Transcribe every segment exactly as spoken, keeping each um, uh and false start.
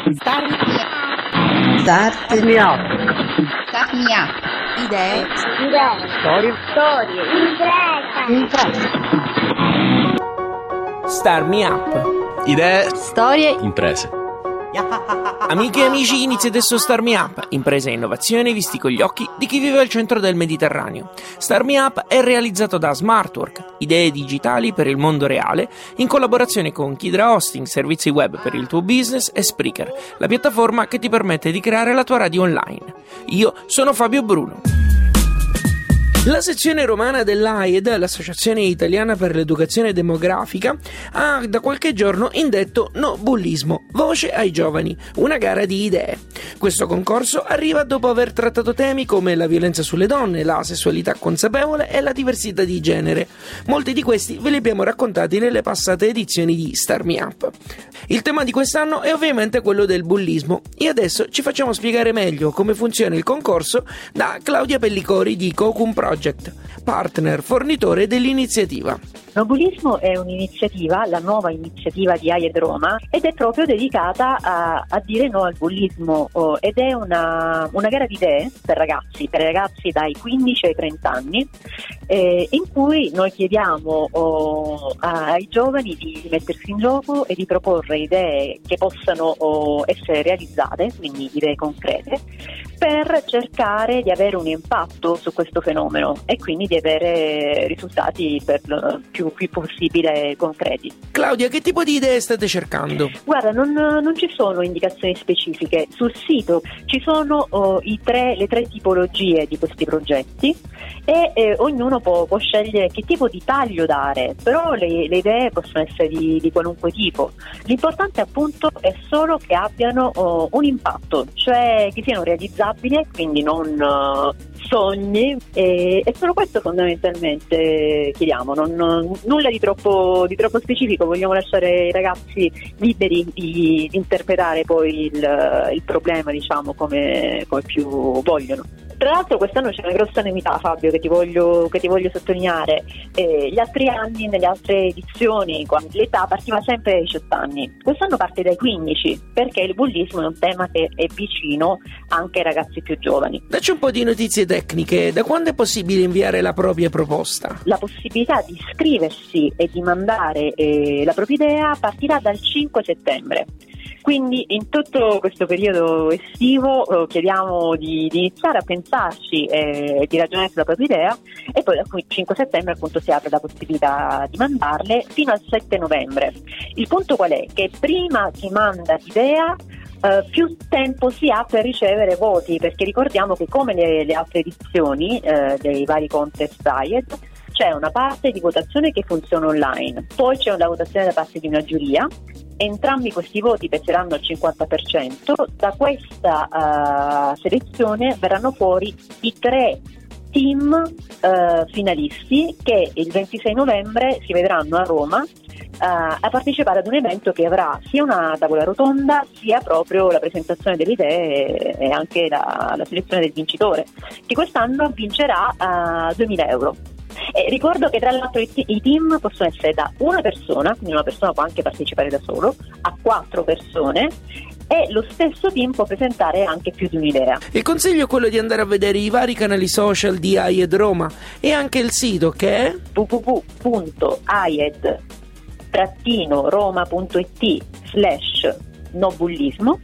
Start Start me up. Start me up. Idee. Idee. Storie. Storie. Impresa. Imprese. Start me up. Idee. Storie. Imprese. Amiche e amici, inizia adesso Start Me Up, impresa e innovazione visti con gli occhi di chi vive al centro del Mediterraneo. Start Me Up è realizzato da Smartwork, idee digitali per il mondo reale, in collaborazione con Kidra Hosting, servizi web per il tuo business, e Spreaker, la piattaforma che ti permette di creare la tua radio online. Io sono Fabio Bruno. La sezione romana dell'A I E D, l'Associazione Italiana per l'Educazione Demografica, ha da qualche giorno indetto No Bullismo, voce ai giovani, una gara di idee. Questo concorso arriva dopo aver trattato temi come la violenza sulle donne, la sessualità consapevole e la diversità di genere. Molti di questi ve li abbiamo raccontati nelle passate edizioni di Start Me Up. Il tema di quest'anno è ovviamente quello del bullismo e adesso ci facciamo spiegare meglio come funziona il concorso da Claudia Pellicori di Cocum Project, partner fornitore dell'iniziativa. No Bullismo è un'iniziativa, la nuova iniziativa di A I E D Roma, ed è proprio dedicata a, a dire no al bullismo, oh, ed è una, una gara di idee per ragazzi, per ragazzi dai quindici ai trenta anni, eh, in cui noi chiediamo oh, ai giovani di mettersi in gioco e di proporre idee che possano oh, essere realizzate, quindi idee concrete, per cercare di avere un impatto su questo fenomeno e quindi di avere risultati per più, più possibile concreti. Claudia, che tipo di idee state cercando? Guarda, non, non ci sono indicazioni specifiche. Sul sito ci sono oh, i tre, le tre tipologie di questi progetti e eh, ognuno può, può scegliere che tipo di taglio dare, però le, le idee possono essere di, di qualunque tipo. L'importante appunto è solo che abbiano oh, un impatto, cioè che siano realizzabili, quindi non uh, sogni, e, e solo questo fondamentalmente chiediamo, non, non, nulla di troppo, di troppo specifico. Vogliamo lasciare i ragazzi liberi di, di interpretare poi il, il problema, diciamo, come, come più vogliono. Tra l'altro quest'anno c'è una grossa novità, Fabio, che ti voglio, che ti voglio sottolineare. Eh, gli altri anni, nelle altre edizioni, quando l'età partiva sempre dai diciotto anni. Quest'anno parte dai quindici, perché il bullismo è un tema che è vicino anche ai ragazzi più giovani. Dacci un po' di notizie tecniche. Da quando è possibile inviare la propria proposta? La possibilità di iscriversi e di mandare eh, la propria idea partirà dal cinque settembre. Quindi in tutto questo periodo estivo eh, chiediamo di, di iniziare a pensarci e eh, di ragionare sulla propria idea, e poi dal cinque settembre appunto si apre la possibilità di mandarle fino al sette novembre. Il punto qual è? Che prima si manda l'idea, Uh, più tempo si ha per ricevere voti, perché ricordiamo che come le, le altre edizioni uh, dei vari contest A I E D c'è una parte di votazione che funziona online, poi c'è una votazione da parte di una giuria. Entrambi questi voti peseranno al cinquanta per cento. Da questa uh, selezione verranno fuori i tre team uh, finalisti che il ventisei novembre si vedranno a Roma Uh, a partecipare ad un evento che avrà sia una tavola rotonda sia proprio la presentazione delle idee e anche la, la selezione del vincitore, che quest'anno vincerà uh, duemila euro. E ricordo che tra l'altro i, t- i team possono essere da una persona, quindi una persona può anche partecipare da solo, a quattro persone, e lo stesso team può presentare anche più di un'idea. Il consiglio è quello di andare a vedere i vari canali social di A I E D Roma e anche il sito, che è w w w punto a i e d trattino roma punto i t slash no bullismo.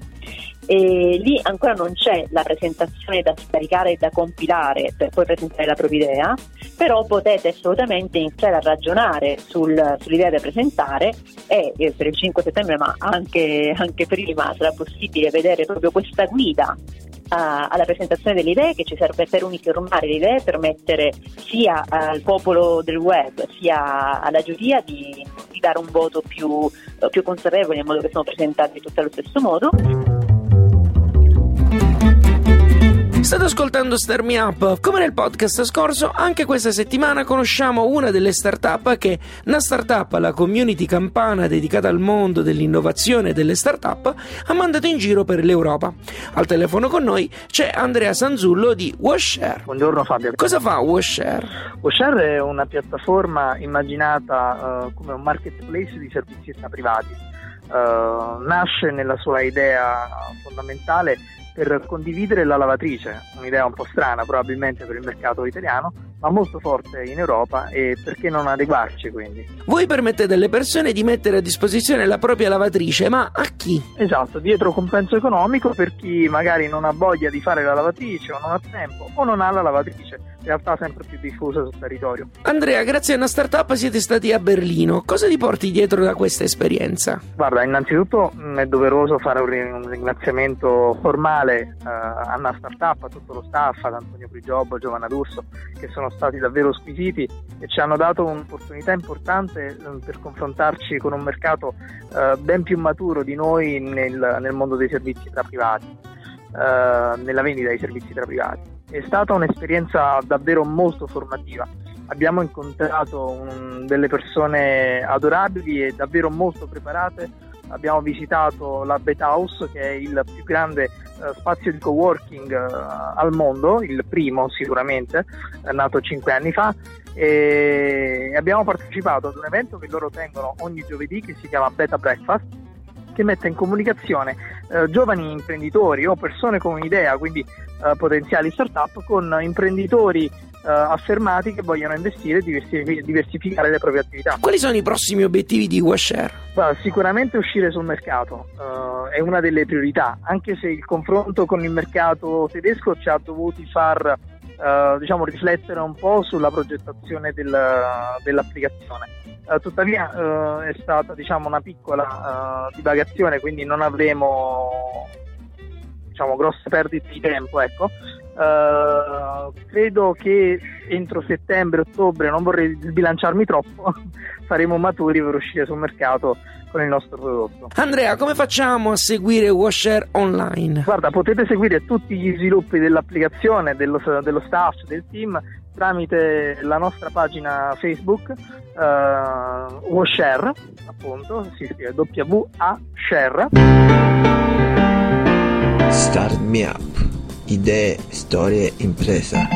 E lì ancora non c'è la presentazione da scaricare e da compilare per poi presentare la propria idea, però potete assolutamente iniziare a ragionare sul, sull'idea da presentare, e eh, per il cinque settembre, ma anche, anche prima, sarà possibile vedere proprio questa guida Uh, alla presentazione delle idee, che ci serve per uniformare le idee, per mettere sia al popolo del web sia alla giuria di, di dare un voto più, uh, più consapevole, in modo che siano presentati tutti allo stesso modo. State ascoltando Start Me Up. Come nel podcast scorso, anche questa settimana conosciamo una delle startup che una startup, la community campana dedicata al mondo dell'innovazione e delle startup, ha mandato in giro per l'Europa. Al telefono con noi c'è Andrea Sanzullo di Washare. Buongiorno Fabio. Cosa fa Washare? Washare è una piattaforma immaginata uh, come un marketplace di servizi privati. Uh, nasce nella sua idea fondamentale per condividere la lavatrice, un'idea un po' strana probabilmente per il mercato italiano, ma molto forte in Europa, e perché non adeguarci quindi. Voi permettete alle persone di mettere a disposizione la propria lavatrice, ma a chi? Esatto, dietro compenso economico per chi magari non ha voglia di fare la lavatrice o non ha tempo o non ha la lavatrice, in realtà sempre più diffusa sul territorio. Andrea, grazie a una startup siete stati a Berlino, cosa ti porti dietro da questa esperienza? Guarda, innanzitutto mh, è doveroso fare un, ri- un ringraziamento formale uh, a una startup, a tutto lo staff, ad Antonio Prigiobbo, Giovanna D'Urso, che sono stati davvero squisiti e ci hanno dato un'opportunità importante um, per confrontarci con un mercato uh, ben più maturo di noi nel, nel mondo dei servizi tra privati, uh, nella vendita dei servizi tra privati. È stata un'esperienza davvero molto formativa. Abbiamo incontrato un, delle persone adorabili e davvero molto preparate. Abbiamo visitato la Bethaus, che è il più grande uh, spazio di coworking uh, al mondo, il primo sicuramente, è nato cinque anni fa, e abbiamo partecipato ad un evento che loro tengono ogni giovedì che si chiama Beta Breakfast, che mette in comunicazione uh, giovani imprenditori o persone con un'idea, quindi uh, potenziali startup, con imprenditori Uh, affermati che vogliono investire e diversif- diversificare le proprie attività. Quali sono i prossimi obiettivi di WeShare? Well, sicuramente uscire sul mercato uh, è una delle priorità, anche se il confronto con il mercato tedesco ci ha dovuti far uh, diciamo riflettere un po' sulla progettazione del, dell'applicazione. Uh, tuttavia uh, è stata diciamo una piccola uh, divagazione, quindi non avremo diciamo grosse perdite di tempo, ecco. Uh, credo che entro settembre-ottobre, non vorrei sbilanciarmi troppo, saremo maturi per uscire sul mercato con il nostro prodotto. Andrea, come facciamo a seguire WeShare online? Guarda, potete seguire tutti gli sviluppi dell'applicazione, dello, dello staff, del team, tramite la nostra pagina Facebook, uh, WeShare, appunto, si scrive W A Share. Start Me Up. Idee, storie, impresa.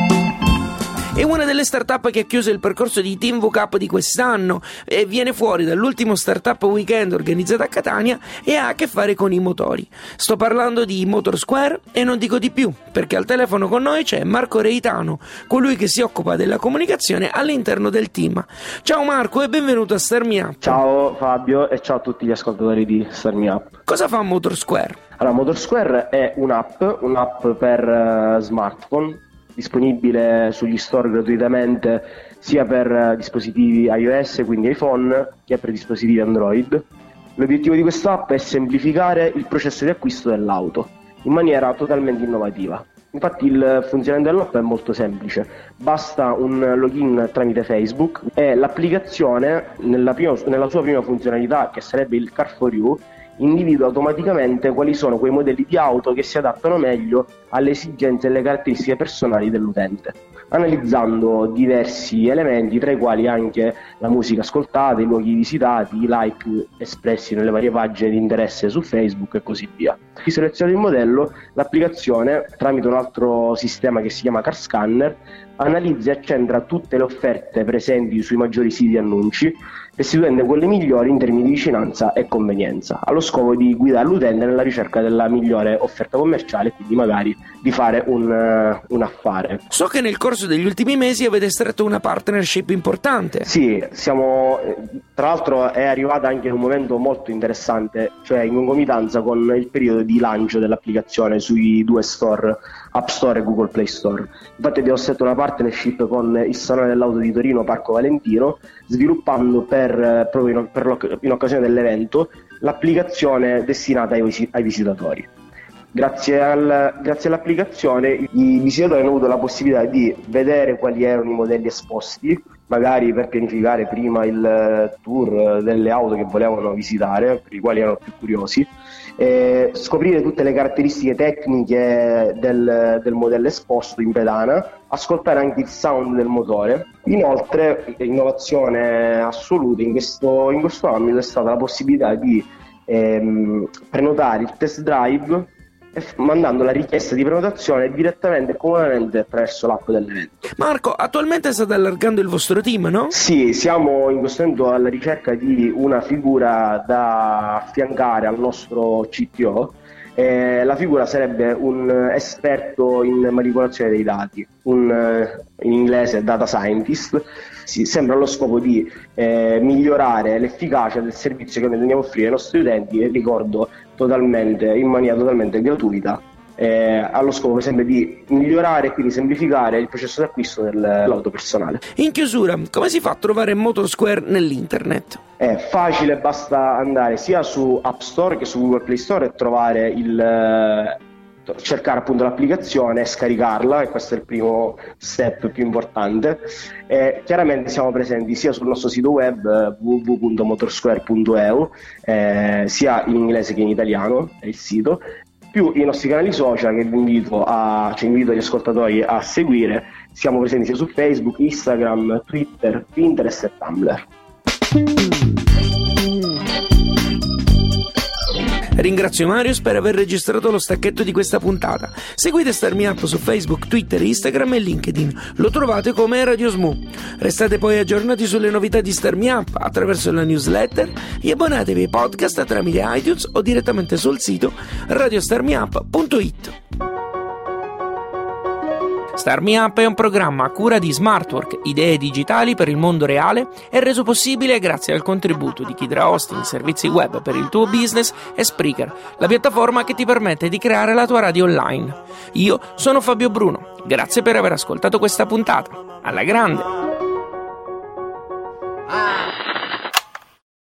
È una delle startup che ha chiuso il percorso di Team V Cup di quest'anno e viene fuori dall'ultimo Startup Weekend organizzato a Catania e ha a che fare con i motori. Sto parlando di Motorsquare e non dico di più, perché al telefono con noi c'è Marco Reitano, colui che si occupa della comunicazione all'interno del team. Ciao Marco e benvenuto a Start Me Up. Ciao Fabio e ciao a tutti gli ascoltatori di Start Me Up. Cosa fa Motorsquare? Allora, Motorsquare è un'app, un'app per uh, smartphone, disponibile sugli store gratuitamente sia per uh, dispositivi iOS, quindi iPhone, che per dispositivi Android. L'obiettivo di questa app è semplificare il processo di acquisto dell'auto in maniera totalmente innovativa. Infatti il funzionamento dell'app è molto semplice, basta un login tramite Facebook e l'applicazione nella, prima, nella sua prima funzionalità, che sarebbe il Car for You, individua automaticamente quali sono quei modelli di auto che si adattano meglio alle esigenze e alle caratteristiche personali dell'utente, analizzando diversi elementi, tra i quali anche la musica ascoltata, i luoghi visitati, i like espressi nelle varie pagine di interesse su Facebook e così via. Di selezionato il modello, l'applicazione, tramite un altro sistema che si chiama Car Scanner, analizza e accentra tutte le offerte presenti sui maggiori siti di annunci, restituendo quelle migliori in termini di vicinanza e convenienza, allo scopo di guidare l'utente nella ricerca della migliore offerta commerciale e quindi magari di fare un, uh, un affare. So che nel corso degli ultimi mesi avete stretto una partnership importante. Sì, siamo, tra l'altro è arrivata anche in un momento molto interessante, cioè in concomitanza con il periodo di lancio dell'applicazione sui due store, App Store e Google Play Store. Infatti abbiamo stretto una partnership con il Salone dell'Auto di Torino Parco Valentino, sviluppando per, proprio in, per in occasione dell'evento l'applicazione destinata ai, visi, ai visitatori. Grazie, al, grazie all'applicazione i visitatori hanno avuto la possibilità di vedere quali erano i modelli esposti, magari per pianificare prima il tour delle auto che volevano visitare, per i quali erano più curiosi, e scoprire tutte le caratteristiche tecniche del, del modello esposto in pedana, ascoltare anche il sound del motore. Inoltre, innovazione assoluta in questo, in questo ambito è stata la possibilità di ehm, prenotare il test drive mandando la richiesta di prenotazione direttamente e comodamente attraverso l'app dell'evento. Marco, attualmente state allargando il vostro team, no? Sì, siamo in questo momento alla ricerca di una figura da affiancare al nostro C T O. Eh, la figura sarebbe un esperto in manipolazione dei dati, un, in inglese data scientist, sì, sempre allo scopo di eh, migliorare l'efficacia del servizio che noi andiamo a offrire ai nostri utenti, e ricordo totalmente, in maniera totalmente gratuita, eh, allo scopo per esempio di migliorare e quindi semplificare il processo di acquisto dell'auto personale. In chiusura, come si fa a trovare Motorsquare nell'internet? È facile, basta andare sia su App Store che su Google Play Store e trovare il cercare appunto l'applicazione e scaricarla, e questo è il primo step più importante. E chiaramente siamo presenti sia sul nostro sito web w w w punto motorsquare punto e u, eh, sia in inglese che in italiano è il sito, più i nostri canali social che vi invito a, cioè invito gli ascoltatori a seguire. Siamo presenti sia su Facebook, Instagram, Twitter, Pinterest e Tumblr. Ringrazio Marius per aver registrato lo stacchetto di questa puntata. Seguite Start Me Up su Facebook, Twitter, Instagram e LinkedIn. Lo trovate come Radio Smoo. Restate poi aggiornati sulle novità di Start Me Up attraverso la newsletter e abbonatevi ai podcast tramite iTunes o direttamente sul sito radio star me up punto it. Start Me Up è un programma a cura di Smartwork, idee digitali per il mondo reale, e reso possibile grazie al contributo di Kidra Hosting, servizi web per il tuo business, e Spreaker, la piattaforma che ti permette di creare la tua radio online. Io sono Fabio Bruno, grazie per aver ascoltato questa puntata. Alla grande!